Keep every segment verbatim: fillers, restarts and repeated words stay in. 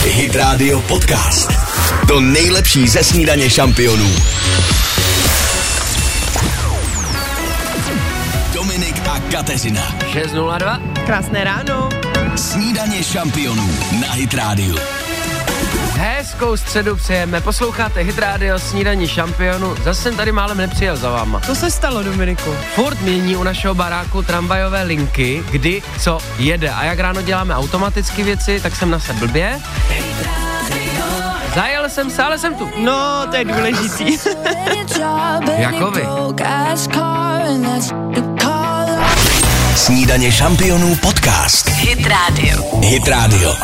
Hit Radio Podcast. To nejlepší ze snídaně šampionů. Dominik a Kateřina. šest nula dva. Krásné ráno. Snídaně šampionů na Hit Radio. Hezkou středu přejeme, posloucháte Hit Radio, snídaní šampionu. Zase jsem tady málem nepřijel za váma. Co se stalo, Dominiku? Furt mění u našeho baráku tramvajové linky, kdy co jede. A jak ráno děláme automaticky věci, tak jsem nase blbě. Zajel jsem se, ale jsem tu. No, to je důležitý. Jako vy. Snídaně šampionů podcast. Hit Radio. Hit Radio.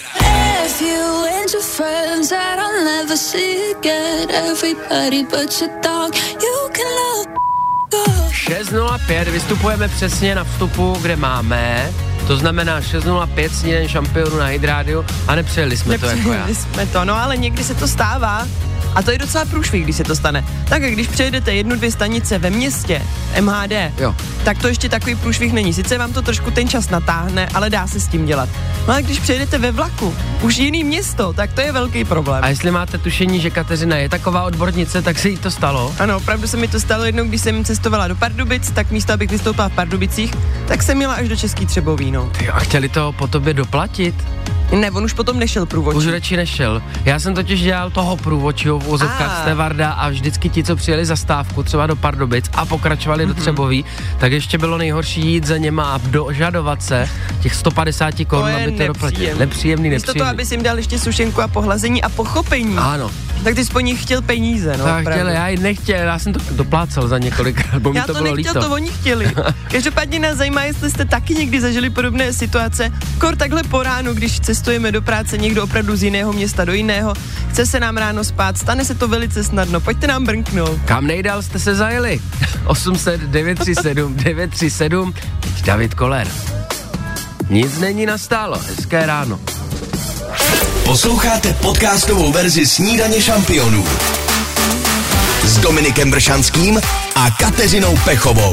Friends that I'll never see again. Everybody but your dog. You can love. šest nula pět, vystupujeme přesně na vstupu, kde máme. To znamená šest nula pět, snídaní šampionu na Hit Radio a nepřijeli jsme Nepřijeli to jako já. jsme to, no ale někdy se to stává. A to je docela průšvih, když se to stane. Tak když přejedete jednu, dvě stanice ve městě, M H D, Jo. tak to ještě takový průšvih není. Sice vám to trošku ten čas natáhne, ale dá se s tím dělat. No a když přejedete ve vlaku, už jiný město, tak to je velký problém. A jestli máte tušení, že Kateřina je taková odbornice, tak se jí to stalo. Ano, opravdu se mi to stalo jednou, když jsem cestovala do Pardubic, tak místo, abych vystoupila v Pardubicích, tak jsem jela až do Český Třebový, no. Ty, a chtěli to po tobě doplatit? Ne, on už potom nešel průvodčí. Už radši nešel. Já jsem totiž dělal toho průvodčího v úzovkách Stevarda a vždycky ti, co přijeli za stávku, třeba do Pardubic a pokračovali mm-hmm. do Třebový, tak ještě bylo nejhorší jít za něma a dožadovat se těch sto padesát korun, aby to doplatil. Nepříjemný, Místo toho, nepříjemný. aby si jim dal ještě sušenku a pohlazení a pochopení. Ano. Tak ty jsi po nich chtěl peníze, no. Tak chtěl, já ji nechtěl, já jsem to doplácel za několikrát, bo mi Já to, to bylo nechtěl, líto. to oni chtěli. Každopádně nás zajímá, jestli jste taky někdy zažili podobné situace. Kor takhle po ránu, když cestujeme do práce někdo opravdu z jiného města do jiného, chce se nám ráno spát, stane se to velice snadno, pojďte nám brnknout. Kam nejdál jste se zajeli? osm set devět tři sedm devět tři sedm, teď David Koller. Nic není nastálo, hezké ráno. Posloucháte podcastovou verzi Snídaně šampionů s Dominikem Bršanským a Kateřinou Pechovou.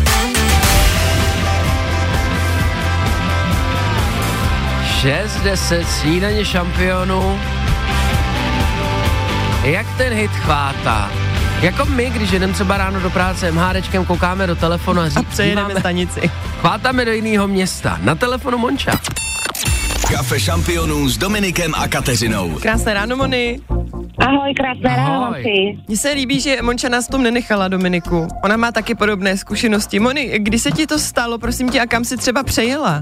šest deset, snídaně šampionů. Jak ten hit chvátá? Jako my, když jedeme třeba ráno do práce MHDčkem, koukáme do telefonu a, ří, A přejedeme díváme, stanici. chvátáme do jiného města. Na telefonu Monča. Kafe šampionů s Dominikem a Kateřinou. Krásné ráno, Moni. Ahoj, krásné ráno, Ahoj. Monty. Mně se líbí, že Monča nás v tom nenechala, Dominiku. Ona má taky podobné zkušenosti. Moni, kdy se ti to stalo, prosím tě, a kam jsi třeba přejela?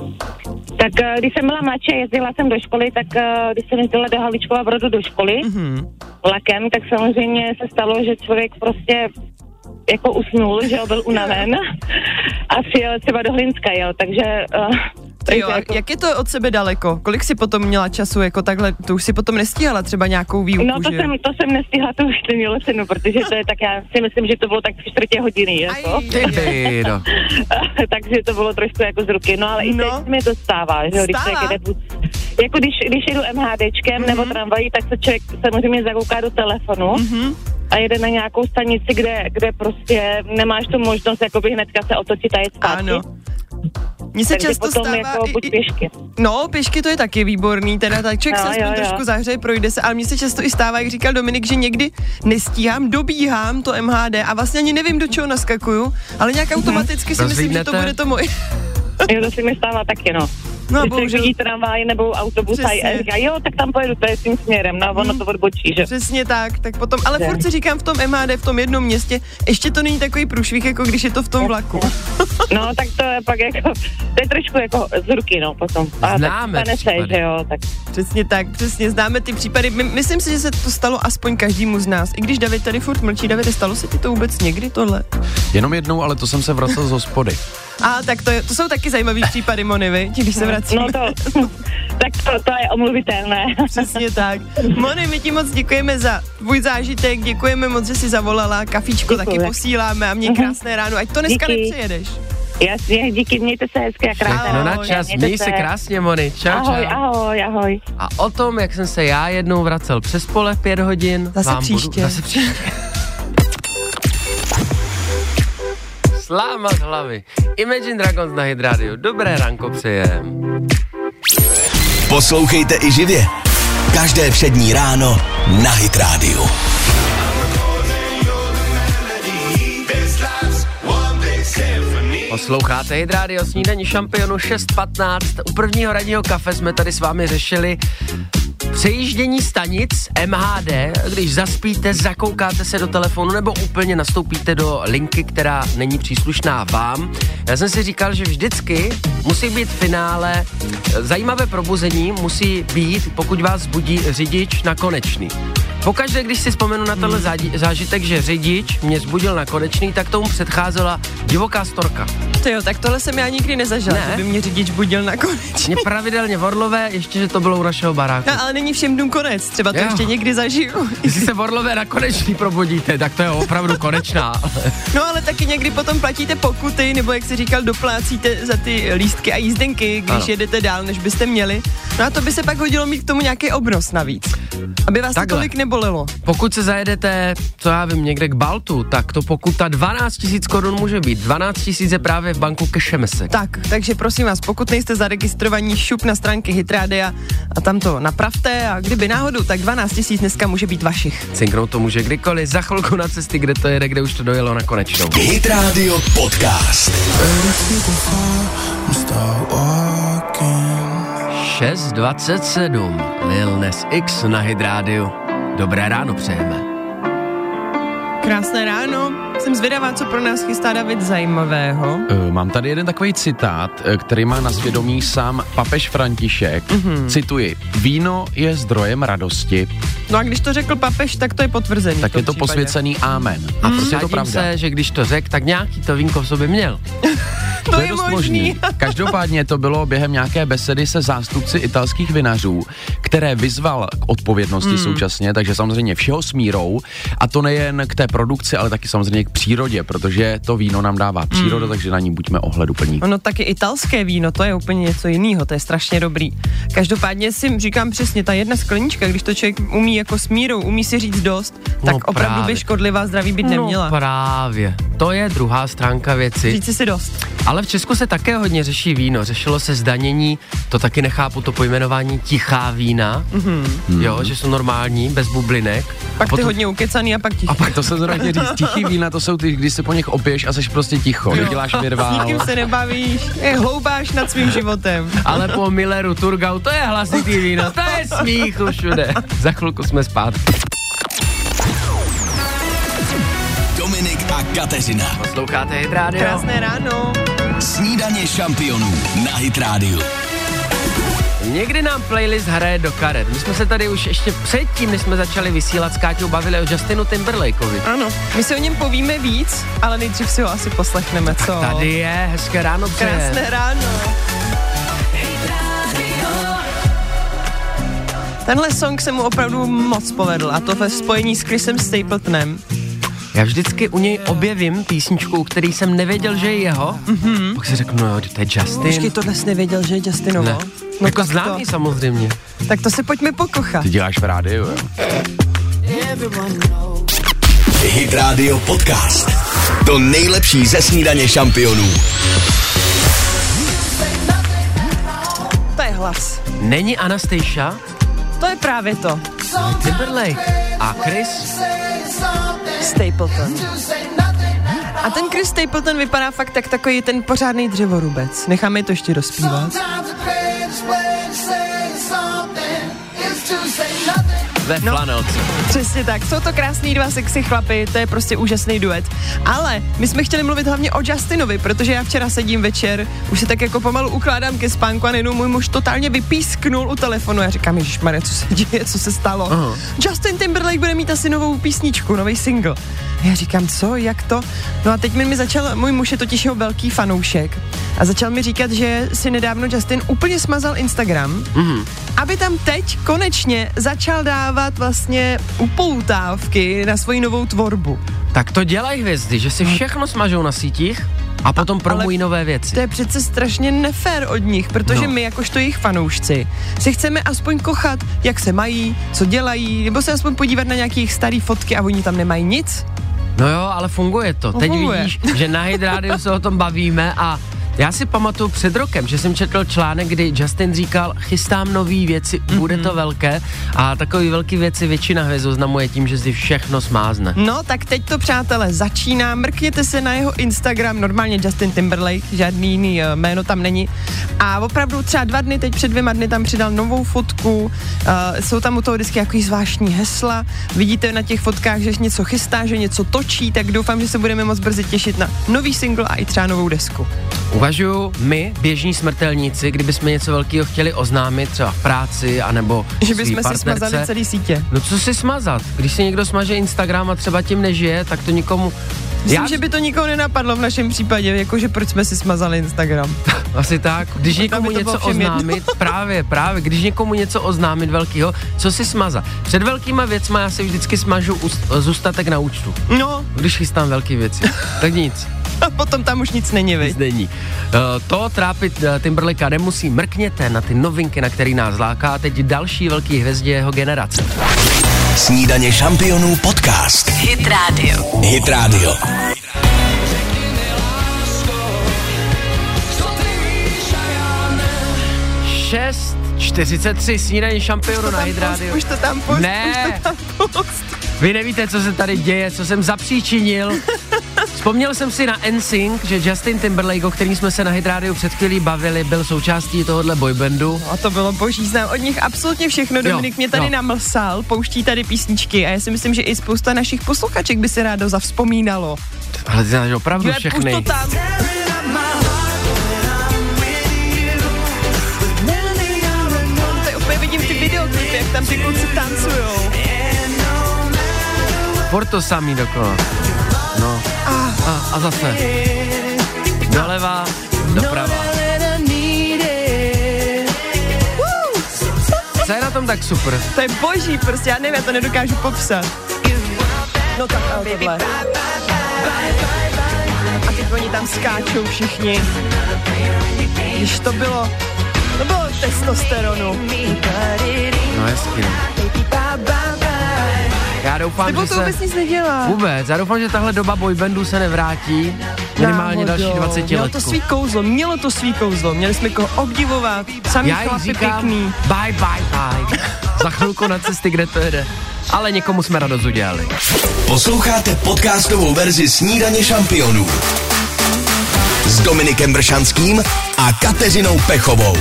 Tak když jsem byla mladší, jezdila jsem do školy, tak když jsem jezdila do Havlíčkova Brodu do školy mm-hmm. vlakem, tak samozřejmě se stalo, že člověk prostě jako usnul, že byl unaven a přijel třeba do Hlinska, jo, takže... Uh, Jo, jako... jak je to od sebe daleko? Kolik jsi potom měla času, jako takhle, to už si potom nestíhala třeba nějakou výuku, No to že? jsem, to jsem nestihla, to už nemělo cenu, protože to je tak, já si myslím, že to bylo tak tři čtvrtě hodiny, jako. Ty, no. Takže to bylo trošku jako z ruky, no ale no. i teď mi to stává, že jo, když Stává? člověk jede, jako když, když jedu MHDčkem mm-hmm. nebo tramvají, tak se člověk samozřejmě zakouká do telefonu mm-hmm. a jede na nějakou stanici, kde, kde prostě nemáš tu možnost jakoby hnedka se otočit a jet zpátky. Ano. Mně se Takže často potom stává... jako buď pěšky. No, pěšky to je taky výborný, teda tak člověk No, se aspoň jo, jo. trošku zahřeje, projde se, ale mně se často i stává, jak říkal Dominik, že někdy nestíhám, dobíhám to M H D a vlastně ani nevím, do čeho naskakuju, ale nějak automaticky si myslím, že to Rozvídnete? bude to moje. Jo, to si mi stává taky, no. No a Když bohužel... vidí tramvaj nebo autobus a Přesně. říká, jo, tak tam pojedu, to je tím směrem, no, ono to odbočí, že? Přesně tak, tak potom, ale Ne. furt si říkám v tom M H D, v tom jednom městě, ještě to není takový průšvih, jako když je to v tom vlaku. No, tak to je pak jako, to je trošku jako z ruky, no, potom. A Známe tak stane se, případy. že jo, tak. Přesně tak, přesně, známe ty případy. My, myslím si, že se to stalo aspoň každému z nás. I když David tady furt mlčí, Davide, stalo se ti to vůbec někdy tohle? Jenom jednou, ale to jsem se vracel z hospody. A tak to, je, to jsou taky zajímavý případy, Moni, vy, když se vracíme. No to, tak to, to je omluvitelné. Přesně tak. Moni, my ti moc děkujeme za tvůj zážitek, děkujeme moc, že jsi zavolala, kafíčko Děkuji. taky posíláme a měj krásné ráno, ať to dneska Díky. nepřejedeš. Jasně, díky, mějte se hezky a krásně. No na čas, Mějte měj se krásně, Moni. Čau, Ahoj, čau. ahoj, ahoj. A o tom, jak jsem se já jednou vracel přes pole pět hodin, Zase vám příště. Budu, zase příště. Sláma z hlavy. Imagine Dragons na Hit Radio. Dobré ranko přejem. Poslouchejte i živě. Každé přední ráno na Hit Radio. Posloucháte Hit Radio, snídaní šampionu šest patnáct. U prvního ranního kafe jsme tady s vámi řešili přejíždění stanic M H D, když zaspíte, zakoukáte se do telefonu nebo úplně nastoupíte do linky, která není příslušná vám. Já jsem si říkal, že vždycky musí být v finále zajímavé probuzení, musí být, pokud vás budí řidič na konečný. Pokaždé, když si vzpomenu na tenhle hmm. zážitek, že řidič mě zbudil na konečný, tak tomu předcházela divoká storka. To jo, tak tohle jsem já nikdy nezažila, ne? Že by mě řidič budil na konečný. Mě pravidelně v Orlové, ještě, že to bylo u našeho baráku. No, ale není všem dnům konec, třeba to jo. ještě někdy zažiju. Když se v Orlové na konečný probudíte, tak to je opravdu konečná. No ale taky někdy potom platíte pokuty, nebo jak jsi říkal, doplácíte za ty lístky a jízdenky, když ano. jedete dál, než byste měli. No a to by se pak hodilo mít k tomu nějaký obnos navíc, aby vás to tolik nebolelo. Pokud se zajedete, co já vím, někde k Baltu, tak to pokuta dvanáct tisíc korun může být. dvanáct tisíc je právě v banku Kešemese. Tak, takže prosím vás, pokud nejste zaregistrovaní, šup na stránky Hit Radia a tam to napravte a kdyby náhodou, tak dvanáct tisíc dneska může být vašich. Cinknout to může kdykoliv, za chvilku na cesty, kde to jede, kde už to dojelo na konečnou. Hit Radio Podcast. šest dvacet sedm Lil Nas X na Hit Radio. Dobré ráno přejeme. Krásné ráno. Jsem zvědavá, co pro nás chystá David zajímavého. Uh, mám tady jeden takový citát, který má na svědomí sám papež František. Mm-hmm. Cituji. Víno je zdrojem radosti. No a když to řekl papež, tak to je potvrzený. Tak je to případě posvěcený amen. A mm. prostě je to pravda. se, že když to řekl, tak nějaký to vínko v sobě měl. To, to je, je dost možný. Každopádně to bylo během nějaké besedy se zástupci italských vinařů, které vyzval k odpovědnosti mm. současně, takže samozřejmě všeho s mírou, a to nejen k té produkci, ale taky samozřejmě k přírodě, protože to víno nám dává příroda, mm. takže na ní buďme ohleduplní. Ono taky italské víno, to je úplně něco jiného, to je strašně dobrý. Každopádně si říkám přesně, ta jedna sklenička, když to člověk umí jako s mírou, umí si říct dost, tak no opravdu právě. by škodlivá zdraví být neměla. No právě, to je druhá stránka věci. Říci si dost. Ale v Česku se také hodně řeší víno, řešilo se zdanění, to taky nechápu, to pojmenování tichá vína, mm-hmm. jo, že jsou normální, bez bublinek. Pak potom ty hodně ukecaný a pak tichý. A pak to se zrovna říct, tichý vína, to jsou ty, když se po nich opiješ a seš prostě ticho, neděláš virvál. S nikým se nebavíš, je hloubáš nad svým životem. Ale po Milleru, Turgau, to je hlasitý víno, to je smích všude. Za chvilku jsme zpátky. Dominik a Kateřina. Posloucháte Hit Radio. Krásné ráno. Snídaně šampionů na Hit Radio. Někdy nám playlist hraje do karet. My jsme se tady už ještě předtím, než jsme začali vysílat s Káťou, bavili o Justinu Timberlakeovi. Ano, my si o něm povíme víc, ale nejdřív si ho asi poslechneme, co? Tak tady je, hezké ráno přeje. Krásné ráno. Tenhle song se mu opravdu moc povedl, a to ve spojení s Chrisem Stapletonem. Já vždycky u něj objevím písničku, který jsem nevěděl, že je jeho. Mm-hmm. Pak si řeknu, no jo, to je Justin. Počkej, tohle jsi nevěděl, že je Justinovo? Ne. No jako známý to samozřejmě. Tak to si pojďme pokochat. Ty děláš v rádiu, jo? Hit Radio Podcast. To nejlepší ze snídaně šampionů. To je hlas. Není Anastasia? To je právě to. Timberlake a Chris Stapleton. A ten Chris Stapleton vypadá fakt tak takový ten pořádný dřevorubec. Necháme to ještě rozpívat. Ve flanelce. No, přesně tak, jsou to krásný dva sexy chlapy, to je prostě úžasný duet. Ale my jsme chtěli mluvit hlavně o Justinovi, protože já včera sedím večer, už se tak jako pomalu ukládám ke spánku a najednou můj muž totálně vypísknul u telefonu. Já říkám, ježišmarja, co se děje, co se stalo? Uh-huh. Justin Timberlake bude mít asi novou písničku, nový single. Já říkám, co, jak to? No a teď mi, mi začal, můj muž je totiž jeho velký fanoušek a začal mi říkat, že si nedávno Justin úplně smazal Instagram, mm-hmm. aby tam teď konečně začal dávat vlastně upoutávky na svoji novou tvorbu. Tak to dělají hvězdy, že si všechno smažou na sítích a potom promují nové věci. To je přece strašně nefér od nich, protože no. my, jakožto jejich fanoušci, si chceme aspoň kochat, jak se mají, co dělají, nebo se aspoň podívat na nějaké jejich staré fotky a oni tam nemají nic. No jo, ale funguje to. No teď funguje. Vidíš, že na Hit Radio se o tom bavíme a Já si pamatuju před rokem, že jsem četl článek, kdy Justin říkal, chystám nový věci, mm-hmm. bude to velké a takový velký věci většina hvězd oznamuje tím, že si všechno smázne. No, tak teď to, přátelé, začíná. Mrkněte se na jeho Instagram, normálně Justin Timberlake, žádný jiný uh, jméno tam není. A opravdu třeba dva dny, teď před dvěma dny tam přidal novou fotku, uh, jsou tam u toho vždycky jaký zvláštní hesla. Vidíte na těch fotkách, že něco chystá, že něco točí, tak doufám, že se budeme moc brzy těšit na nový single a i třeba novou desku. Uvažuju, my, běžní smrtelníci, kdybychom něco velkého chtěli oznámit, třeba v práci, anebo že bychom si smazali celý sítě. No co si smazat? Když si někdo smaže Instagram a třeba tím nežije, tak to nikomu... Myslím, Já... že by to nikoho nenapadlo v našem případě, jakože proč jsme si smazali Instagram. Asi tak, když někomu něco oznámit, právě, právě, když někomu něco oznámit velkýho, co si smazat? Před velkýma věcma já si vždycky smažu zůstatek na účtu. No. Když chystám velký věci, tak nic. A potom tam už nic není, viď? Nic není. Uh, to trápit uh, Timberlakea nemusí. Mrkněte na ty novinky, na který nás láká a teď další velký hvězdě jeho generace. Snídaně šampionů podcast. Hit Radio. Hit Radio. šest čtyřicet tři Snídaně šampionů na Hit Radio. Už to tam post, ne. už to tam post. Vy nevíte, co se tady děje, co jsem zapříčinil. Vzpomněl jsem si na N Sync, že Justin Timberlake, o kterým jsme se na Hit Radio před chvílí bavili, byl součástí tohohle boybandu. A to bylo boží, znám od nich absolutně všechno. Dominik jo, mě tady jo. namlsal, pouští tady písničky a já si myslím, že i spousta našich posluchaček by se rádo zavzpomínalo. Ale ty znáš opravdu Jde, všechny. Pušť to tam. Tady úplně vidím ty videoklipy, jak tam ty kluci tancujou. Furt to samý dokola. No. A, a zase. Doleva, doprava. Co je na tom tak super? To je boží, prostě já nevím, já to nedokážu popsat. No tak ale tohle. A teď oni tam skáčou všichni. Když to bylo, to bylo testosteronu. No hezky, no. Já doufám, Nebo že to se... vůbec nic nedělá. Vůbec, já doufám, že tahle doba boybandu se nevrátí. Minimálně Náhodou. další dvacet let. Mělo to svý kouzlo, mělo to svý kouzlo. Měli jsme koho obdivovat, sami já chlapi říkám, pěkný. bye, bye, bye. Za chvilku na cesty, kde to jede. Ale někomu jsme radost udělali. Posloucháte podcastovou verzi Snídaně šampionů s Dominikem Bršanským a Kateřinou Pechovou.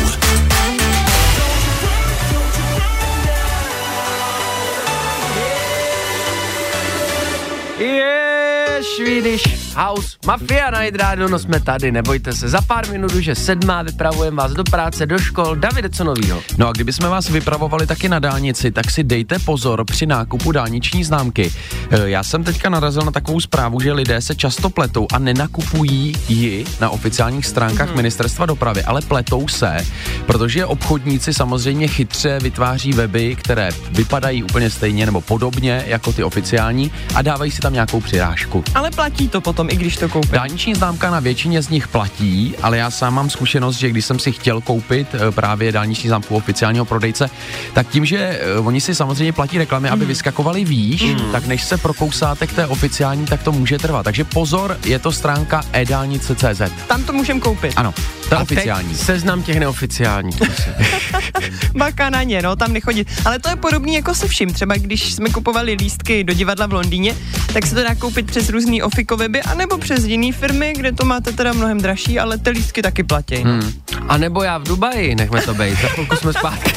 Je Swedish House Mafia na Hit Radio, no jsme tady, nebojte se, za pár minut už je sedmá, vypravujeme vás do práce, do škol. Davide, co novýho? No a kdybychom vás vypravovali taky na dálnici, tak si dejte pozor při nákupu dálniční známky. Já jsem teďka narazil na takovou zprávu, že lidé se často pletou a nenakupují ji na oficiálních stránkách hmm. Ministerstva dopravy, ale pletou se, protože obchodníci samozřejmě chytře vytváří weby, které vypadají úplně stejně nebo podobně jako ty oficiální a dávají si tam nějakou přirážku. Ale platí to potom, i když to koupím. Dálniční známka na většině z nich platí, ale já sám mám zkušenost, že když jsem si chtěl koupit právě dálniční známku oficiálního prodejce, tak tím, že oni si samozřejmě platí reklamy, mm. aby vyskakovali výš, mm. tak než se prokousáte k té oficiální, tak to může trvat. Takže pozor, je to stránka e dálnice tečka cé zet. Tam to můžem koupit. Ano, to je oficiální. Seznam těch neoficiálních. Baka na ně, no, tam nechodit. Ale to je podobný jako se vším. Třeba když jsme kupovali lístky do divadla v Londýně, tak se to dá koupit přes různý ofiko weby, anebo přes jiný firmy, kde to máte teda mnohem dražší, ale ty lístky taky platí. No. Hmm. A nebo já v Dubaji, nechme to bejt, za chvilku jsme zpátky.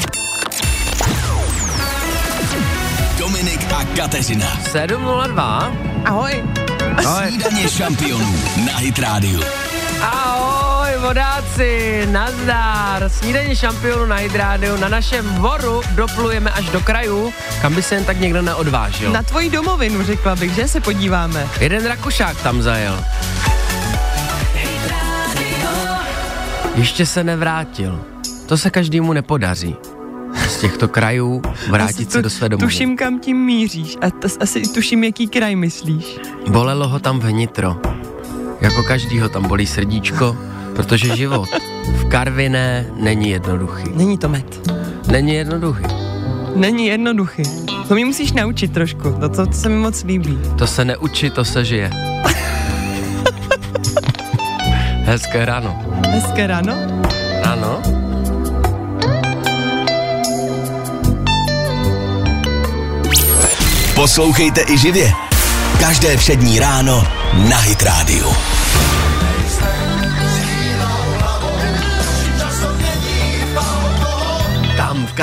Dominik a Kateřina. sedm nula dva. Ahoj. Ahoj. Snídaně šampionů na Hit Radio. Ahoj, vodáci, nazdar. Snídaně šampionů na Hit Radio. Na našem voru doplujeme až do krajů, kam by se jen tak někdo neodvážil. Na tvoji domovinu, řekla bych, že se podíváme. Jeden Rakušák tam zajel. Ještě se nevrátil. To se každému nepodaří. Z těchto krajů vrátit se do své domoviny. Tuším, kam tím míříš a t- asi tuším, jaký kraj myslíš. Bolelo ho tam vnitro. Jako každýho tam bolí srdíčko, protože život v Karviné není jednoduchý. Není to med. Není jednoduchý. Není jednoduchý. To mi musíš naučit trošku, to, to, to se mi moc líbí. To se neučí, to se žije. Hezké ráno. Hezké ráno. Ano. Poslouchejte i živě. Každé všední ráno na Hit Radio. Tam v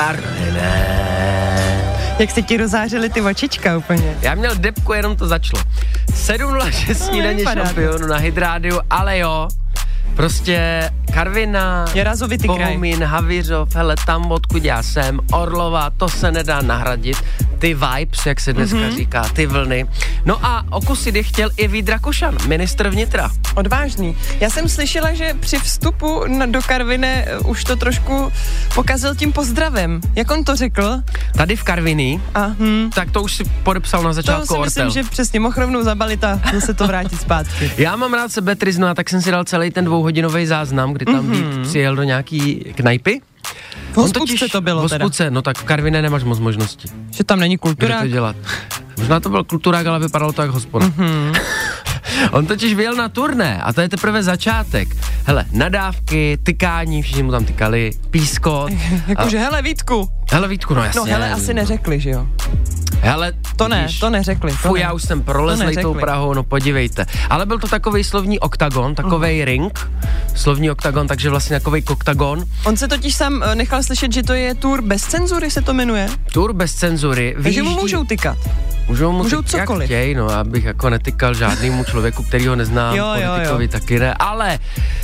Karviné. Jak se ti rozářily ty očička úplně. Já měl depku, jenom to začalo. sedm nula šest No, snídaně šampionu na Hit Radio, ale jo, prostě Karviná, Jarazovitý kraj. Bohumín, Havířov, hele, tam odkud já jsem, Orlova, to se nedá nahradit. Ty vibes, jak se dneska mm-hmm. říká, ty vlny. No a okusit je chtěl i Vít Rakušan, ministr vnitra. Odvážný. Já jsem slyšela, že při vstupu na, do Karviné už to trošku pokazil tím pozdravem. Jak on to řekl? Tady v Karviní, A, hm. tak to už si podepsal na začátku To si Ortel. myslím, že přesně mohl rovnou zabalit a zase to vrátit zpátky. Já mám rád sebetriznu a tak jsem si dal celý ten dvouhodinový záznam, kdy tam mm-hmm. Vít přijel do nějaký knajpy. V hospůdce to bylo v hospůdce, teda. no tak v Karviné nemáš moc možností. Že tam není Kde kultura. to dělat? Možná to byl kulturák, ale vypadalo to jak hospoda. Mm-hmm. On totiž vyjel na turné a to je teprve začátek. Hele, nadávky, tykání, všichni mu tam tykali, pískot. Jakože, hele Vítku. Hele Vítku, no jasně. No hele, asi neřekli, že jo? Hele, To ne, vidíš, to neřekli. To Fuj, ne. já už jsem prolezlej tou Prahou, no podívejte. Ale byl to takovej slovní oktagon, takovej uh. ring, slovní oktagon, takže vlastně takovej koktagon. On se totiž sám eh, nechal slyšet, že to je tour bez cenzury, se to jmenuje. Tour bez cenzury. Takže mu vyjíždí- můžou tykat. Můžou, mu můžou tyk- cokoliv. Jak chtěj, no já bych jako netykal žádnému člověku, který ho neznám, Jo, jo, politikovi jo. taky ne, ale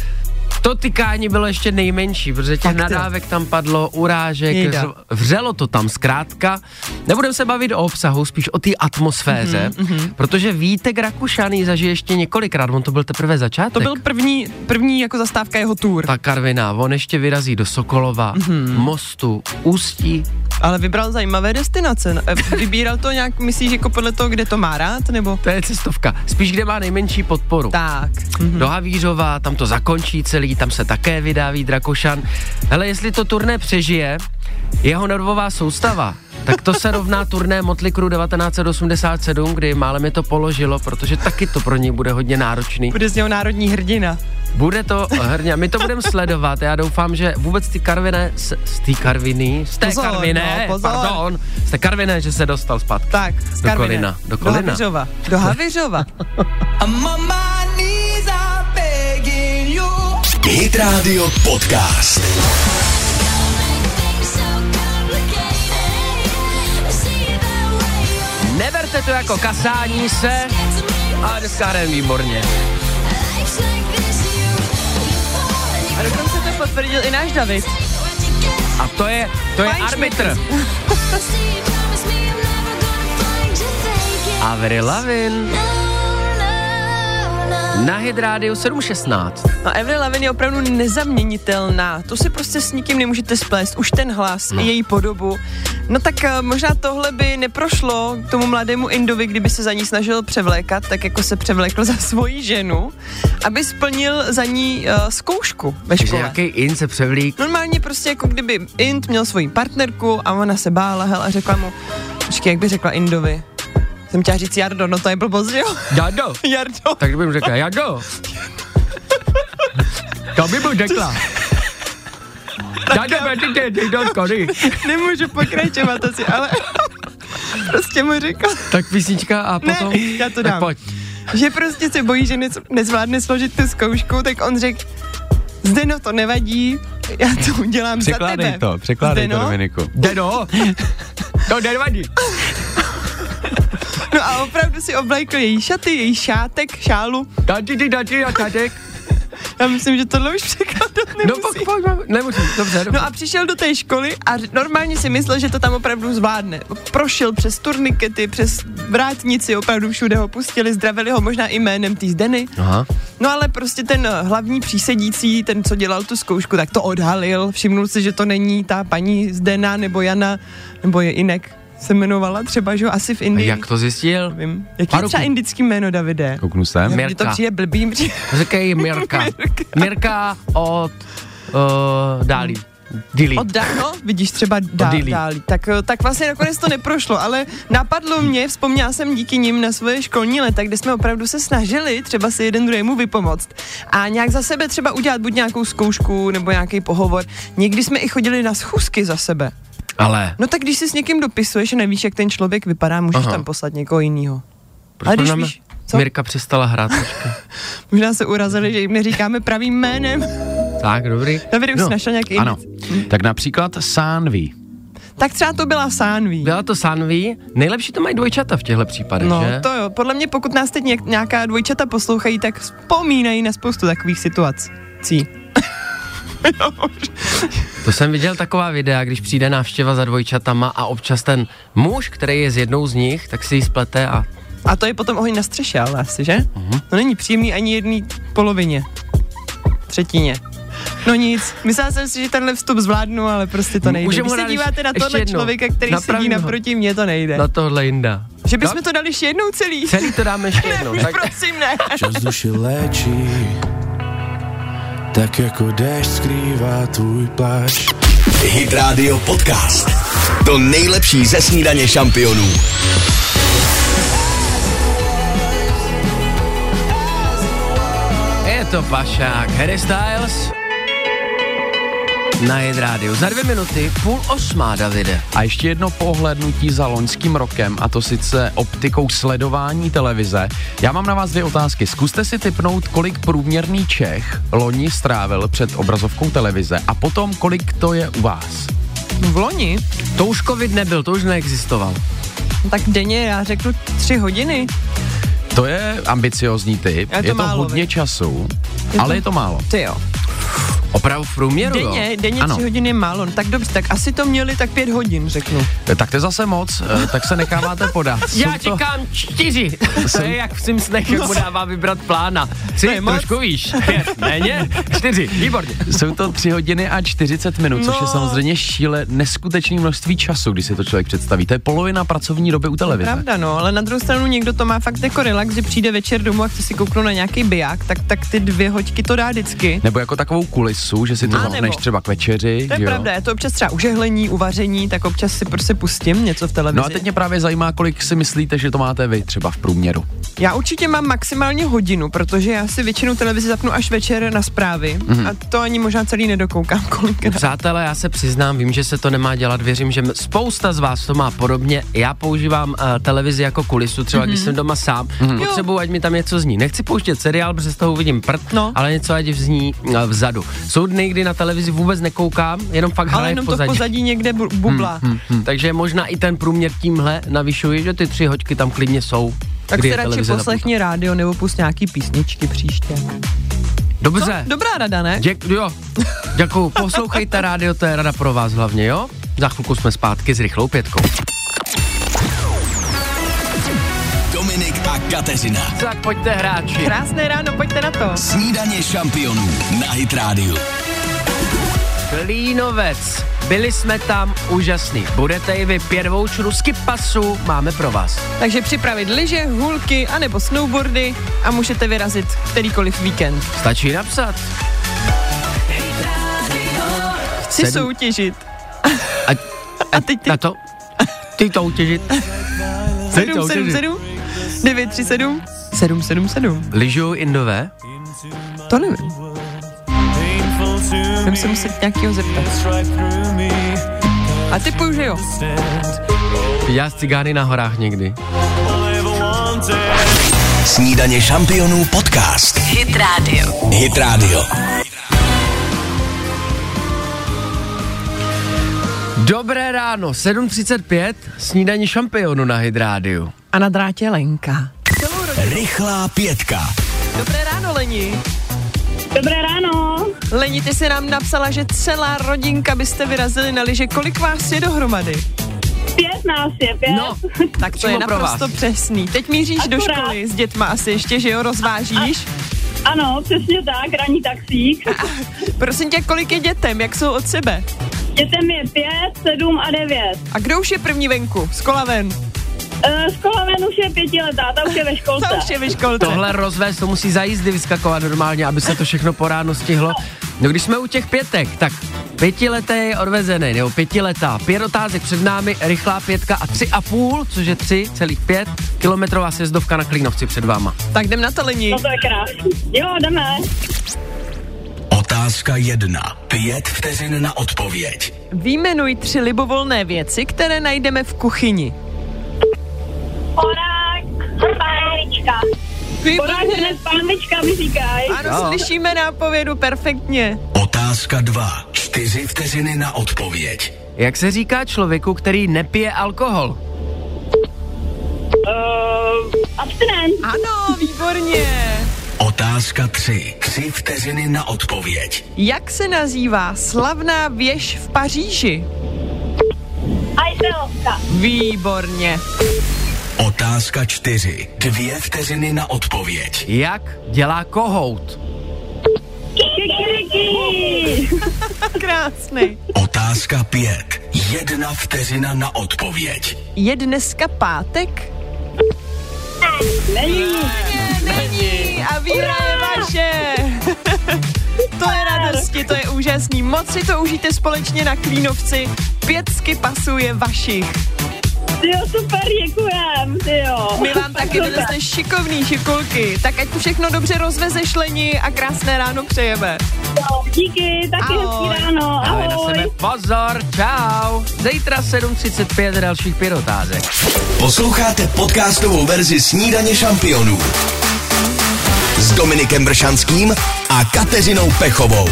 to tykání bylo ještě nejmenší, protože těch Fakt jo. nadávek tam padlo, urážek, Jejda. ř- vřelo to tam zkrátka. Nebudeme se bavit o obsahu, spíš o té atmosféře, mm-hmm. protože Vítek Rakušan ji zažije ještě několikrát, on to byl teprve začátek. To byl první, první jako zastávka jeho tour. Ta Karviná, on ještě vyrazí do Sokolova, mm-hmm. Mostu, Ústí. Ale vybral zajímavé destinace. Eh, Vybíral to nějak, myslíš, jako podle toho, kde to má rád, nebo? To je cestovka, spíš kde má nejmenší podporu. Tak. Mhm. Do Havířova, tam to zakončí celý, tam se také vydá Vít Rakušan. Hele, jestli to turné přežije, jeho nervová soustava, tak to se rovná turné Motley Crue devatenáct set osmdesát sedm, kdy málem je to položilo, protože taky to pro něj bude hodně náročný. Bude z něho národní hrdina. Bude to hrně, my to budeme sledovat, já doufám, že vůbec ty Karviné, z, z té Karviny, z té Pozor, Karviné, no, pozor. pardon, z té Karviné, že se dostal zpátky. Tak, z Do Karviné. Kolina, do Do Kolina. Havířova. Do Havířova. Hit Radio Podcast. Neberte to jako kasání se, ale dneska hrajeme výborně. A dokonce to potvrdil i náš David. A to je, to je Fajnšmekr. arbitr. Avril Lavigne. Na Hit Radio sedm šestnáct. No Avril Lavigne je opravdu nezaměnitelná. To si prostě s nikým nemůžete splést. Už ten hlas, no. Její podobu. No tak uh, možná tohle by neprošlo tomu mladému Indovi, kdyby se za ní snažil převlékat, tak jako se převlékl za svoji ženu, aby splnil za ní uh, zkoušku ve Takže škole. jaký in se převlík? Normálně prostě jako kdyby Ind měl svoji partnerku a ona se bála, hel, a řekla mu, počkej, jak by řekla Indovi? Jsem chtěla říct Jardo, no to je blbost, jo? Jardo. Jardo. Tak kdyby mu řekla, Jardo. To by mu řekla. Jardo, ty ty ty do školy. Nemůžu pokračovat asi, ale prostě mu řekla, Tak písnička a potom... ne, já to Tak dám, pojď. že prostě se bojí, že nez, nezvládne složit tu zkoušku, tak on řekl, Zdeno, to nevadí, já to udělám Překládej za tebe. to, překládej Zdeno? to, Dominiku. Deno, to nevadí. No a opravdu si oblékl její šaty, její šátek, šálu. Tati, ty, tati a tatek. Já myslím, že tohle už překládat No nemusí. pojď, pojď, pojď, nemusím, dobře, dobře. No a přišel do té školy a normálně si myslel, že to tam opravdu zvládne. Prošel přes turnikety, přes vrátnici, opravdu všude ho pustili, zdravili ho možná i jménem té Zdeny. Aha. No ale prostě ten hlavní přísedící, ten, co dělal tu zkoušku, tak to odhalil. Všimnul si, že to není ta paní Zdena nebo Jana, nebo je Inek se jmenovala třeba, že jo, asi v A Indii. jak to zjistil? Vím. Jaký je Paruku. třeba indický jméno, Davide? Kouknu se. Mně to Mirka. přijde blbý. Přijde... Říkej Mirka. Mirka. Mirka od uh, Dálí. Delete. Oddá, no, vidíš třeba dál, dál. Tak, tak vlastně nakonec to neprošlo, ale napadlo mě, vzpomněla jsem díky nim na svoje školní leta, kde jsme opravdu se snažili třeba si jeden druhému vypomoct a nějak za sebe třeba udělat buď nějakou zkoušku nebo nějaký pohovor. Někdy jsme i chodili na schůzky za sebe. Ale. No tak když si s někým dopisuješ a nevíš, jak ten člověk vypadá, můžeš Aha. tam poslat někoho jinýho. Proč když víš, co? Mirka přestala hrát. Možná se urazili, že jim neříkáme pravým jménem. Tak, dobrý. Dobrý, už no. našel nějaký Ano, hm. tak například Sánví. Tak třeba to byla Sánví. Byla to Sánví. Nejlepší to mají dvojčata v těchto případech, no, že? No to jo, podle mě pokud nás teď nějaká dvojčata poslouchají, tak vzpomínají na spoustu takových situací. To jsem viděl taková videa, když přijde návštěva za dvojčatama a občas ten muž, který je s jednou z nich, tak si ji splete a... A to je potom oheň na střeše, ale asi, že? Uh-huh. To není příjemný ani jedný polovině. Třetině. No nic, myslela jsem si, že tenhle vstup zvládnu, ale prostě to nejde. Můžeme Když se díváte na tohle člověka, který sedí naproti mě, to nejde. Na tohle jinda. Že bychom no? to dali ještě jednou celý? Celý to dáme ještě jednou. Ne, tak... prosím, ne. Čas duši léčí, tak jako déšť skrývá tvůj pláč. Hit Radio Podcast. To nejlepší ze snídaně šampionů. Je to pašák. Harry Styles na Hit Radio. Za dvě minuty, půl osmá, Davide. A ještě jedno pohlednutí za loňským rokem, a to sice optikou sledování televize. Já mám na vás dvě otázky. Zkuste si tipnout, kolik průměrný Čech loni strávil před obrazovkou televize a potom, kolik to je u vás. V loni? To už covid nebyl, to už neexistoval. Tak denně já řeknu tři hodiny. To je ambiciozní typ, je to, je to málo, hodně vy. času, je ale to... je to málo. Ty jo. Opravdu v průměru, denně, jo? Denně tři hodiny je málo, no tak dobře, tak asi to měli tak pět hodin, řeknu. Tak to je zase moc, tak se necháváte podat. Já to... čekám čtyři, to je jak v Simpsonech, jak mu dává vybrat plána. Tři, trošku víš, pět, méně, čtyři, výborně. Jsou to tři hodiny a čtyřicet minut, no. což je samozřejmě šíle neskutečné množství času, když si to člověk představí. To je polovina pracovní doby u televize. Pravda, no, ale na druhou stranu někdo to má fakt jako relax, že přijde večer domů a chce si kouknout na nějaký biják, tak, tak ty dvě hoďky to dá vždycky. Nebo jako takovou kulisu, že si to zapneš třeba k večeři. To je jo? pravda, je to občas třeba užehlení, uvaření, tak občas si prostě pustím něco v televizi. No a teď mě právě zajímá, kolik si myslíte, že to máte vy třeba v průměru. Já určitě mám maximálně hodinu, protože já si většinou televizi zapnu až večer na zprávy mm-hmm. a to ani možná celý nedokoukám kolikrát. Přátelé, já se přiznám, vím, že se to nemá dělat, věřím, že spousta z vás to má podobně. Já používám uh, televizi jako kulisu, třeba mm-hmm. když jsem doma sám, mm-hmm. potřebuji, ať mi tam něco zní. Nechci pouštět seriál, protože z toho uvidím prd, no. ale něco ať zní uh, vzadu. Jsou dny, kdy na televizi vůbec nekoukám, jenom fakt hraje v pozadí. Ale jenom to v pozadí někde bu- bubla. Hmm, hmm, hmm. Takže možná i ten průměr tímhle navyšuji, že ty tři hoďky tam klidně jsou. Tak si radši poslechni rádio nebo pust nějaký písničky příště. Dobře. Co? Dobrá rada, ne? Děk, jo. Děkuju. Poslouchejte rádio, to je rada pro vás hlavně, jo? Za chvilku jsme zpátky s rychlou pětkou. Dominik a Kateřina. Tak pojďte, hráči. Krásné ráno, pojďte na to. Snídaně šampionů na Hit Radio. Klínovec. Byli jsme tam, úžasný. Budete i vy, pět voucherů z Kipasu máme pro vás. Takže připravit lyže, hůlky anebo snowboardy a můžete vyrazit kterýkoliv víkend. Stačí napsat. Chci Sedm. soutěžit. A, a, a teď ty... Na to? Ty to utěžit. sedm sedm sedm devět tři sedm sedm sedm sedm Lyžují Indové? To nevím. Budeme se muset nějakýho zeptat. A typuju, že jo. Já z cigány na horách někdy. Snídaně šampionů podcast. Hit Radio. Hit Radio. Dobré ráno, sedm třicet pět, snídaní šampionu na Hit Radio. A na drátě Lenka. Rychlá pětka. Dobré ráno, Leni. Dobré ráno. Leni, ty jsi nám napsala, že celá rodinka byste vyrazili na lyže. Kolik vás je dohromady? Pět nás je, pět. No, tak to je naprosto přesný. Teď míříš Akurát. do školy s dětma asi ještě, že jo, rozvážíš? A, ano, přesně tak, ranní taxík. A, prosím tě, kolik je dětem, jak jsou od sebe? Dětem je pět, sedm a devět. A kdo už je první venku? Škola ven? Uh, škola ven už je pětiletá, ta už je ve školce. Ta už je ve školce. Tohle rozvést, to musí za jízdy vyskakovat normálně, aby se to všechno po ránu stihlo. No když jsme u těch pětek, tak Pětiletý odvezený, nebo pětiletá. Pět otázek před námi, rychlá pětka a tři a půl, což je tři celých pět, kilometrová sjezdovka na Klínovci před váma. Tak jdem na to, Lení. No to je krásný. Jo, jdeme. Otázka jedna. Pět vteřin na odpověď. Vyjmenuj tři libovolné věci, které najdeme v kuchyni. Porák, pánvička. Porák hned pánvička mi říkají. Ano, jo. Slyšíme nápovědu perfektně. Otázka dva. Čtyři vteřiny na odpověď. Jak se říká člověku, který nepije alkohol? Uh, abstinent. Ano, výborně. Otázka tři. Tři vteřiny na odpověď. Jak se nazývá slavná věž v Paříži? Eiffelovka. Výborně. Otázka čtyři. Dvě vteřiny na odpověď. Jak dělá kohout? Kikiriki. Krásný. Otázka pět. Jedna vteřina na odpověď. Je dneska pátek? Není. Není. A víra je vaše. To je radosti, to je úžasný. Moc si to užijte společně na Klínovci. Pětsky pasuje vašich. Tyjo, super, děkujem, tyjo. My vám taky, byli jste šikovný šikulky. Tak ať všechno dobře rozvezeš, Leni, a krásné ráno přejeme. Jo, díky, taky Ahoj. hezký ráno, Ahoj na ahoj. sebe, pozor, čau. Zítra sedm třicet pět dalších pět otázek. Posloucháte podcastovou verzi Snídaně šampionů s Dominikem Bršanským a Kateřinou Pechovou.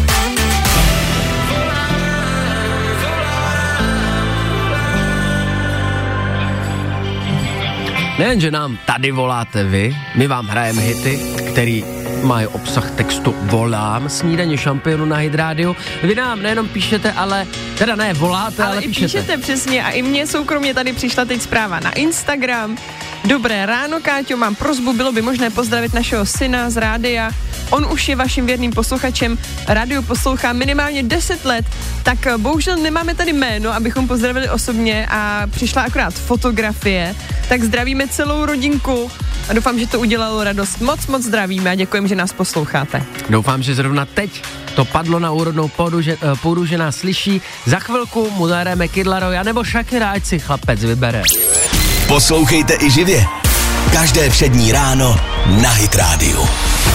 Nejen, že nám tady voláte vy, my vám hrajeme hity, který mají obsah textu Volám, Snídaně šampionu na Hit Radio. Vy nám nejenom píšete, ale, teda ne voláte, ale, Ale i píšete. píšete přesně a i mně soukromně tady přišla teď zpráva na Instagram. Dobré ráno, Káťo, mám prosbu, bylo by možné pozdravit našeho syna z rádia. On už je vaším věrným posluchačem, rádio poslouchá minimálně deset let, tak bohužel nemáme tady jméno, abychom pozdravili osobně a přišla akorát fotografie, tak zdravíme celou rodinku a doufám, že to udělalo radost. Moc, moc zdravíme a děkujeme, že nás posloucháte. Doufám, že zrovna teď to padlo na úrodnou půdu, že, uh, půdu, že nás slyší. Za chvilku mu zahrajeme Kidlaroj, anebo Shakira, ať si chlapec vybere. Poslouchejte i živě. Každé všední ráno na Hit Radio.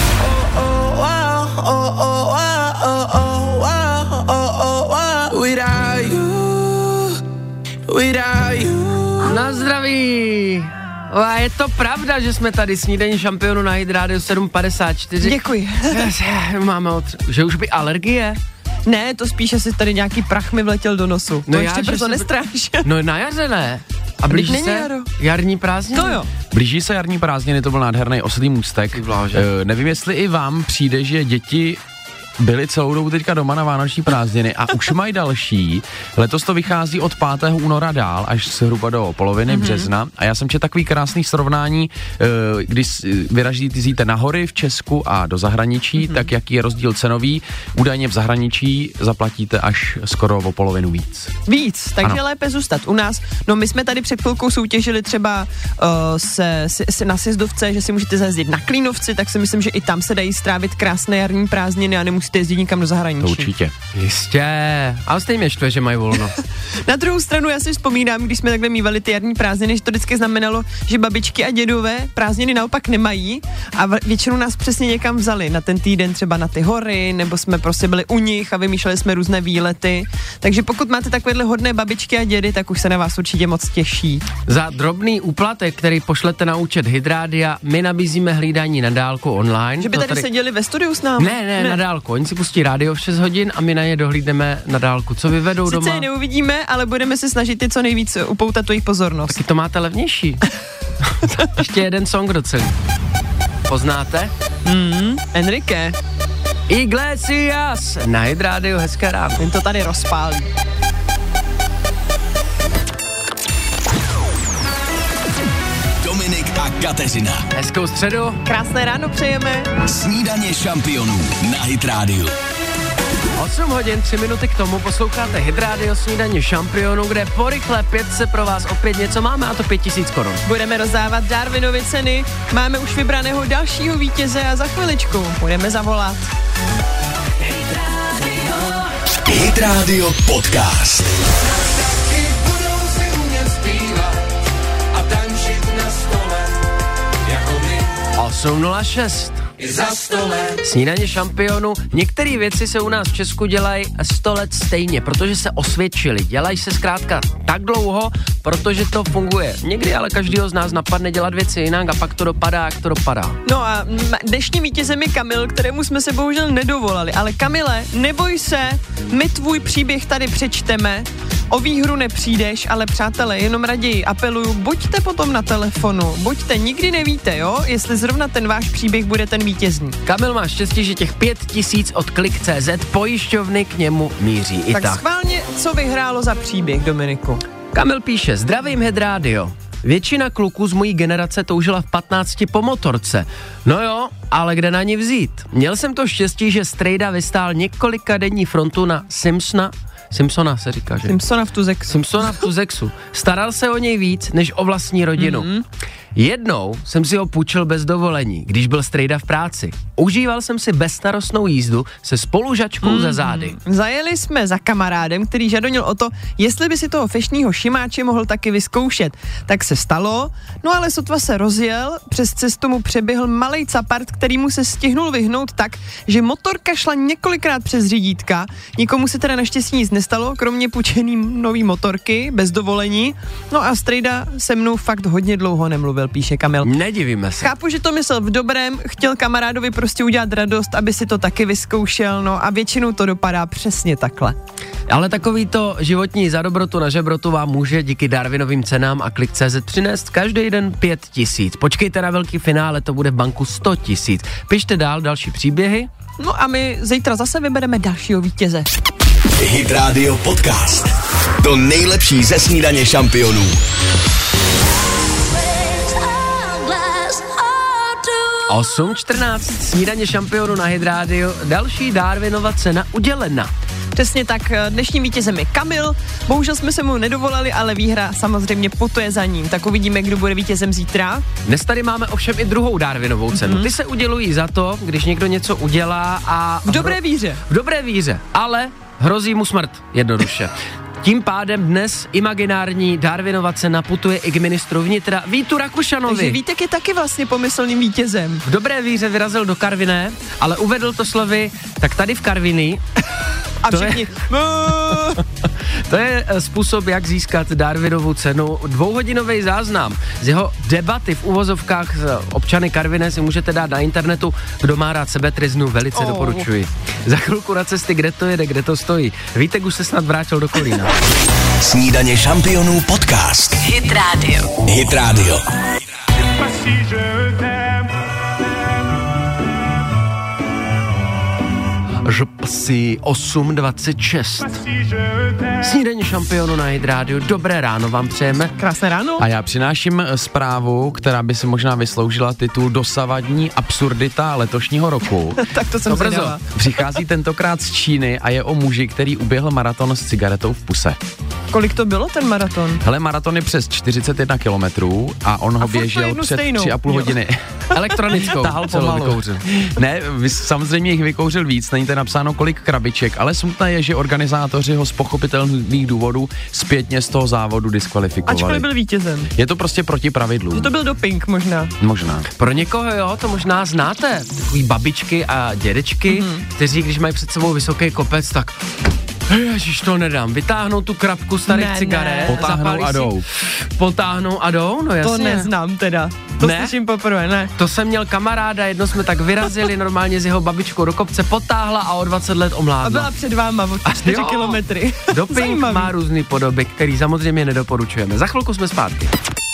Na zdraví! A je to pravda, že jsme tady Snídaně šampionu na Hit Radio sedm padesát čtyři. Děkuji. Máme od... Že už by alergie? Ne, to spíše si tady nějaký prach mi vletěl do nosu. No to já, ještě že brzo se- nestráš. No na jaře ne. A blíží Není se jaro. jarní prázdniny? To jo. Blíží se jarní prázdniny, to byl nádherný oslý můstek. Ty bláže. E, nevím, jestli i vám přijde, že děti byli celou dobu teďka doma na vánoční prázdniny a už mají další. Letos to vychází od pátého února dál, až zhruba do poloviny mm-hmm. března. A já jsem četl takový krásný srovnání, e, když vyrazíte na hory v Česku a do zahraničí, mm-hmm. tak jaký je rozdíl cenový. Údajně v zahraničí zaplatíte až skoro o polovinu víc. Víc, takže Ano. lépe zůstat u nás. No my jsme tady před chvilkou soutěžili třeba uh, se, se, se na sjezdovce, že si můžete zajezdit na Klínovci, tak si myslím, že i tam se dají strávit krásné jarní prázdniny a nemusíte jezdit nikam do zahraničí. To určitě. Jistě. Ale stejně mě štve, že mají volno. Na druhou stranu já si vzpomínám, když jsme takhle mívali ty jarní prázdniny, že to vždycky znamenalo, že babičky a dědové prázdniny naopak nemají a v- většinou nás přesně někam vzali na ten týden, třeba na ty hory, nebo jsme prostě byli u nich a vymýšleli jsme různé výlety. Takže pokud máte takovéhle hodné babičky a dědy, tak už se na vás určitě moc těší. Za drobný úplatek, který pošlete na účet Hit Rádia, my nabízíme hlídání na dálku online. Že by To tady, seděli ve studiu s námi? Ne, ne, ne, na dálku. Oni si pustí rádio v šest hodin a my na ně dohlídneme na dálku. Co vyvedou Sice doma? je neuvidíme, ale budeme se snažit ty co nejvíc upoutat tu jejich pozornost. Taky to máte levnější. Ještě jeden song do celý. Poznáte? Mm, Enrique, Iglesias na Hit Radio, hezké ráno. ten to tady rozpálí. Dominik a Kateřina. Hezkou středu. Krásné ráno přejeme. Snídaně šampionů na Hit Radio. osm hodin, tři minuty k tomu posloucháte Hit Radio Snídaně šampionu, kde po rychlé pětce pro vás opět něco máme, a to pět tisíc korun. Budeme rozdávat Darwinovy ceny, máme už vybraného dalšího vítěze a za chviličku budeme zavolat. Hit Hit Radio Podcast. osm nula šest. Snídaně šampionu. Některé věci se u nás v Česku dělají sto let stejně, protože se osvědčily. Dělají se zkrátka tak dlouho, protože to funguje. Někdy ale každýho z nás napadne dělat věci jinak a pak to dopadá, jak to dopadá. No a dnešním vítězem je Kamil, kterému jsme se bohužel nedovolali. Ale Kamile, neboj se, my tvůj příběh tady přečteme. O výhru nepřijdeš, ale přátelé, jenom raději apeluju, buďte potom na telefonu, buďte, nikdy nevíte, jo, jestli zrovna ten váš příběh bude ten vítězný. Kamil má štěstí, že těch pět tisíc od Klik tečka cé zet pojišťovny k němu míří. I tak. tak schválně, co vyhrálo za příběh, Dominiku? Kamil píše, zdravím Hit Radio. Většina kluků z mojí generace toužila v patnácti po motorce. No jo, ale kde na ní vzít? Měl jsem to štěstí, že strejda vystál několika denní frontu na Simpsona, Simpsona se říká, že? Simpsona v Tuzexu. Simpsona v Tuzexu. Staral se o něj víc, než o vlastní rodinu. Mm-hmm. Jednou jsem si ho půjčil bez dovolení, když byl strejda v práci. Užíval jsem si bezstarostnou jízdu se spolužačkou mm-hmm. za zády. Zajeli jsme za kamarádem, který žadonil o to, jestli by si toho feštního šimáče mohl taky vyzkoušet. Tak se stalo, no ale sotva se rozjel, přes cestu mu přeběhl malej capart, který mu se stihnul vyhnout tak, že motorka šla několikrát přes řídítka. Nikomu se teda naštěstí nic nestalo, kromě půjčený nový motorky, bez dovolení. No a strejda se mnou fakt hodně dlouho nemluvil, píše Kamil. Nedivíme se. Chápu, že to myslel v dobrém, chtěl kamarádovi prostě udělat radost, aby si to taky vyzkoušel, no a většinou to dopadá přesně takhle. Ale takový to životní za dobrotu na žebrotu vám může díky Darwinovým cenám a Klik tečka cé zet přinést každý den pět tisíc. Počkejte na velký finále, to bude v banku sto tisíc. Pište dál další příběhy. No a my zítra zase vybereme dalšího vítěze. Hit Radio Podcast. To nejlepší ze snídaně šampionů. osm čtrnáct, snídaně šampionu na Hit Radio, další Darwinova cena udělena. Přesně tak, dnešním vítězem je Kamil, bohužel jsme se mu nedovolali, ale výhra samozřejmě putuje za ním, tak uvidíme, kdo bude vítězem zítra. Dnes tady máme ovšem i druhou Darwinovou cenu. Mm-hmm. Ty se udělují za to, když někdo něco udělá a... V dobré víře. V dobré víře, ale hrozí mu smrt, jednoduše. Tím pádem dnes imaginární Darwinova cena putuje i k ministru vnitra Vítu Rakušanovi. Takže Vítek je taky vlastně pomyslným vítězem. V dobré víře vyrazil do Karviné, ale uvedl to slovy, tak tady v Karviní. A všichni. Je, to je způsob, jak získat Darwinovu cenu. Dvouhodinový záznam z jeho debaty v uvozovkách s občany Karviné si můžete dát na internetu. Kdo má rád sebetryznu, velice oh. doporučuji. Za chvilku na cesty, kde to jede, kde to stojí. Vítek už se snad vrátil do Kolína. Snídaně šampionů podcast. Hit Radio. Hit Radio. Žopsi osm dvacet šest. Snídaně šampionu na Hit Radio. Dobré ráno vám přejeme. Krásné ráno. A já přináším zprávu, která by si možná vysloužila titul Dosavadní absurdita letošního roku. Tak to jsem brzo. Přichází tentokrát z Číny a je o muži, který uběhl maraton s cigaretou v puse. Kolik to bylo ten maraton? Hele, maraton je přes čtyřicet jedna kilometrů a on a ho běžel před tři a půl hodiny. Elektronickou. Tahal pomalu. Ne, vy, samozřejmě jich vykouřil víc, není to napsáno kolik krabiček, ale smutné je, že organizátoři ho z pochopitelných důvodů zpětně z toho závodu diskvalifikovali. Ačkoliv byl vítězem. Je to prostě proti pravidlům. Že to byl doping možná. Možná. Pro někoho jo, to možná znáte. Takový babičky a dědečky, mm-hmm. kteří když mají před sebou vysoký kopec, tak ježiš, to nedám. Vytáhnou tu krabku starých ne, cigaret. Ne. Potáhnou a jdou. Potáhnou a jdou, no jasně. To neznám teda. To ne? slyším poprvé, ne. To jsem měl kamaráda, jedno jsme tak vyrazili normálně s jeho babičkou do kopce, potáhla a o dvacet let omládla. A byla před váma o čtyři kilometry. Doping má různý podoby, který samozřejmě nedoporučujeme. Za chvilku jsme zpátky.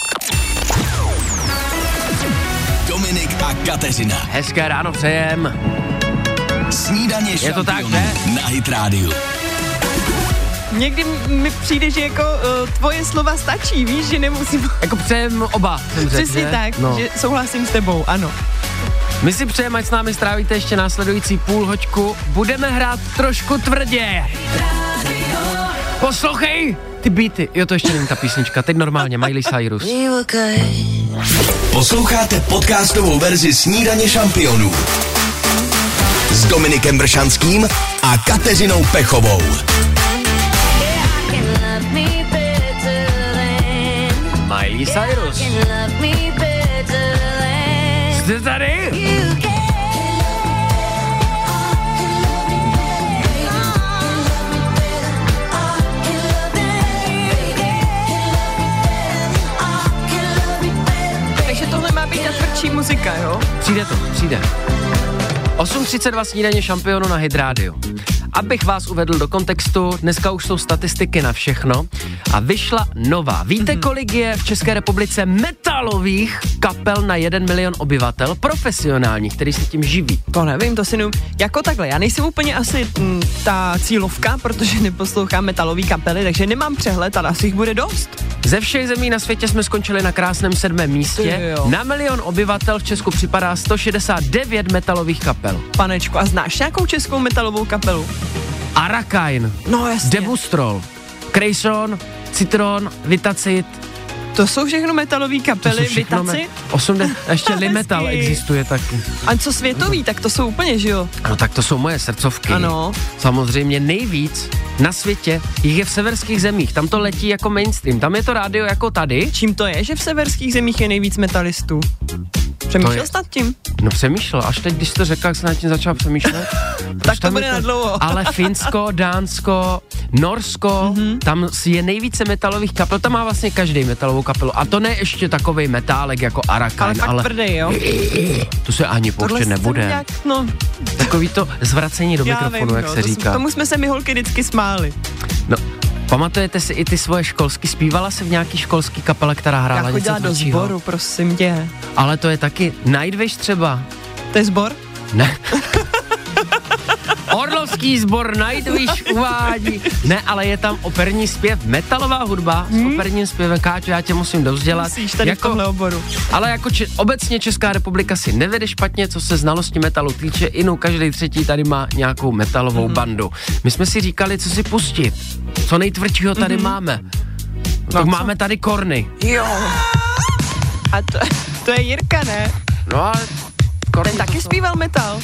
Dominik a Kateřina. Hezké ráno přejem. Snídaně je to tak, ne? Na Hit Radio. Někdy mi přijde, že jako uh, tvoje slova stačí, víš, že nemusím... Jako přejem oba, jsem řekl, Přesně že? tak, no. že souhlasím s tebou, ano. My si přejeme, ať s námi strávíte ještě následující půl hoďku. Budeme hrát trošku tvrdě. Poslouchej ty beaty. Jo, to ještě není ta písnička, teď normálně, Miley Cyrus. Posloucháte podcastovou verzi Snídaně šampionů s Dominikem Bršanským a Kateřinou Pechovou. Miley Cyrus. Jste tady? Takže tohle má být ta tvrdší muzika, jo? Přijde to, přijde. osm třicet dva snídaně šampionu na Hit Radio. Abych vás uvedl do kontextu, dneska už jsou statistiky na všechno a vyšla nová. Víte, mm-hmm. kolik je v České republice metalových kapel na jeden milion obyvatel, profesionálních, který se tím živí? To nevím, to si nevím. Jako takhle, já nejsem úplně asi m, ta cílovka, protože neposlouchám metalový kapely, takže nemám přehled, ale asi jich bude dost. Ze všech zemí na světě jsme skončili na krásném sedmém místě. Na milion obyvatel v Česku připadá sto šedesát devět metalových kapel. Panečku, a znáš nějakou českou metalovou kapelu? Arakain, no jasně. Debustrol, Krejson, Citron, Vitacit. To jsou všechno metalové kapely, Vitacit? osmdesát ještě Limetal existuje taky. A co světový, tak to jsou úplně, že jo? No tak to jsou moje srdcovky. Ano. Samozřejmě nejvíc na světě jich je v severských zemích, tam to letí jako mainstream, tam je to rádio jako tady. Čím to je, že v severských zemích je nejvíc metalistů? Přemýšlel jsi nad tím? No přemýšlel, až teď, když jsi to řekl, jak jsem nad tím začal přemýšlet. Tak to bude na dlouho. Ale Finsko, Dánsko, Norsko, mm-hmm. tam je nejvíce metalových kapel, tam má vlastně každý metalovou kapelu. A to ne ještě takovej metálek jako Arakain, ale fakt ale tvrdý, jo? To se ani pouštět nebude. Nějak, no. Takový to zvracení do Já mikrofonu, vím, jak no, se to, říká. Tomu jsme se my holky vždycky smáli. No, pamatujete si i ty svoje školský, zpívala se v nějaký školský kapele, která hrála něco chodila do sboru, prosím tě. Ale to je taky Nightwish třeba. To je sbor? Ne. Orlovský sbor Nightwish uvádí. Ne, ale je tam operní zpěv, metalová hudba hmm. s operním zpěvem. Káťo, já tě musím dovzdělat. Musíš tady jako, v tomhle oboru. Ale jako če- obecně Česká republika si nevede špatně, co se znalosti metalu týče. Inu, každý třetí tady má nějakou metalovou hmm. bandu. My jsme si říkali, co si pustit. Co nejtvrdšího tady hmm. máme. No, tak co? Máme tady Korny. Jo. A to, to je Jirka, ne? No ale Korny ten taky zpíval metal.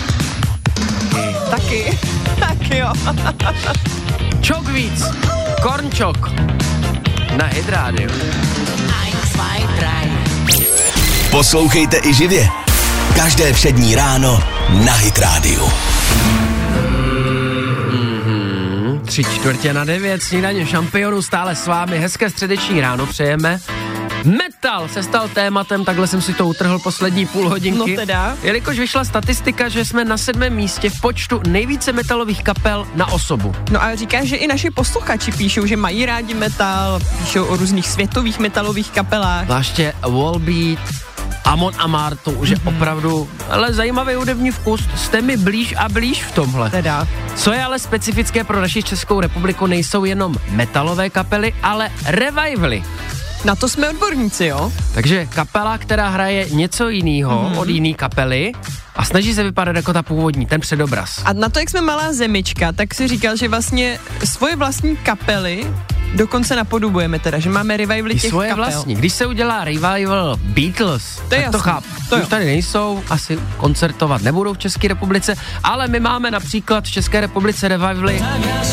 Taky. Tak jo. Čok víc. Kornčok. Na Hit Radio. Poslouchejte i živě. Každé všední ráno na Hit Radio. Mm-hmm. Tři čtvrtě na devět, snídaně šampionu, stále s vámi. Hezké středeční ráno přejeme. Metal se stal tématem, takhle jsem si to utrhl poslední půl hodinky. No teda. Jelikož vyšla statistika, že jsme na sedmém místě v počtu nejvíce metalových kapel na osobu. No a říkáš, že i naši posluchači píšou, že mají rádi metal, píšou o různých světových metalových kapelách. Zvláště Wallbeat, Amon Amar, to už je mm-hmm. opravdu, ale zajímavý hudební vkus, jste mi blíž a blíž v tomhle. Teda. Co je ale specifické pro naši Českou republiku, nejsou jenom metalové kapely, ale revivaly. Na to jsme odborníci, jo? Takže kapela, která hraje něco jiného mm-hmm. od jiný kapely a snaží se vypadat jako ta původní, ten předobraz. A na to, jak jsme malá zemička, tak si říkal, že vlastně svoje vlastní kapely dokonce napodobujeme teda, že máme revivaly těch svoje kapel. vlastní. Když se udělá revival Beatles, to tak je to chápu. To už tady nejsou, asi koncertovat nebudou v České republice, ale my máme například v České republice revivaly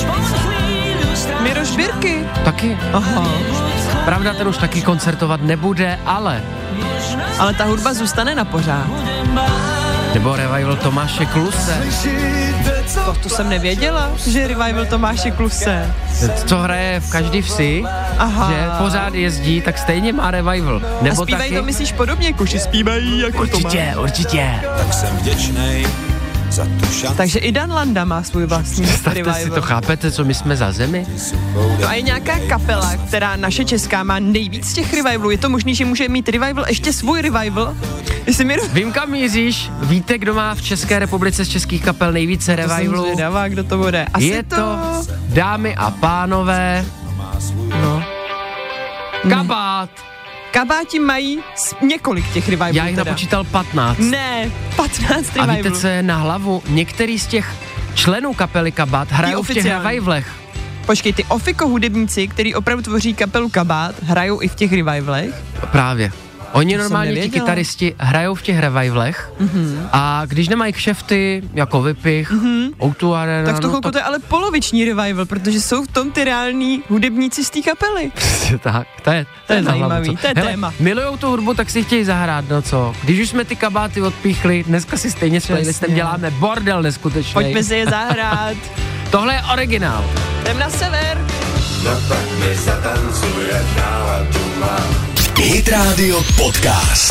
Miroš Birky. Taky. Aha. Pravda, ten už taky koncertovat nebude, ale... Ale ta hudba zůstane na pořád. Nebo revival Tomáše Kluse. To, to jsem nevěděla, že revival Tomáše Kluse. Co hraje v každý vsi, aha. že pořád jezdí, tak stejně má revival. Nebo a zpívají taky... to, myslíš, podobně, kuši zpívají jako určitě, Tomáš. Určitě, Tak jsem vděčnej za tu šanci. Takže i Dan Landa má svůj vlastní revival. si to, chápete, co my jsme za zemi? No a je nějaká kapela, která naše česká má nejvíc těch revivalů. Je to možný, že může mít revival ještě svůj revival? Jestli mi... Vím, kam míříš. Víte, kdo má v České republice z českých kapel nejvíce revivalů? To jsem zvědavá, kdo to bude. Asi je to... to, dámy a pánové, no. Kabát. Kabáti mají několik těch revivalů. Já jich teda. napočítal patnáct. Ne, patnáct revivalů. A víte, co je na hlavu? Některý z těch členů kapely Kabát hrajou v těch revivalech. Počkej, ty ofiko hudebníci, který opravdu tvoří kapelu Kabát, hrajou i v těch revivalech? Právě. Oni To jsem normálně ti nevěděla. kytaristi hrajou v těch revivalech mm-hmm. a když nemají kšefty, jako Vypich, mm-hmm. O dva Arena, Tak to no, chvilku to je ale poloviční revival, protože jsou v tom ty reální hudebníci z té kapely. tak, to je, to To je je za hlavu, zajímavý, co? to je Hele, téma. milujou tu hudbu, tak si chtějí zahrát, no co? Když už jsme ty kabáty odpíchli, dneska si stejně s playlistem děláme bordel neskutečný. Pojďme si je zahrát. Tohle je originál. Jdem na sever. Hit Radio Podcast.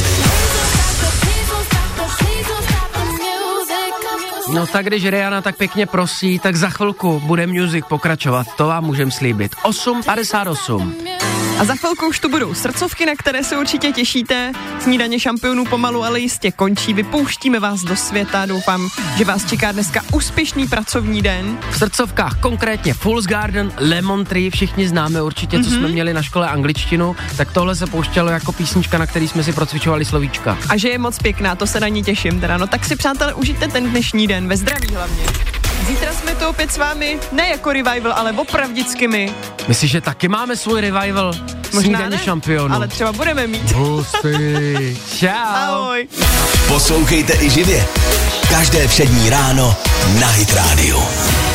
No tak když Rihanna tak pěkně prosí, tak za chvilku bude music pokračovat, to vám můžem slíbit. osm padesát osm. A za chvilku už tu budou srdcovky, na které se určitě těšíte. Snídaně šampionů pomalu, ale jistě končí. Vypouštíme vás do světa. Doufám, že vás čeká dneska úspěšný pracovní den. V srdcovkách konkrétně Fool's Garden, Lemon Tree, všichni známe určitě, co mm-hmm. jsme měli na škole angličtinu, tak tohle se pouštělo jako písnička, na který jsme si procvičovali slovíčka. A že je moc pěkná, to se na ní těším teda. No tak si přátelé, užijte ten dnešní den, ve zdraví hlavně. Zítra jsme to opět s vámi, ne jako revival, ale opravdicky my. Myslíš, že taky máme svůj revival? Možná Snídaně ne, šampionů. ale třeba budeme mít. Hustý. Čau. Ahoj. Poslouchejte i živě. Každé všední ráno na Hit Radio.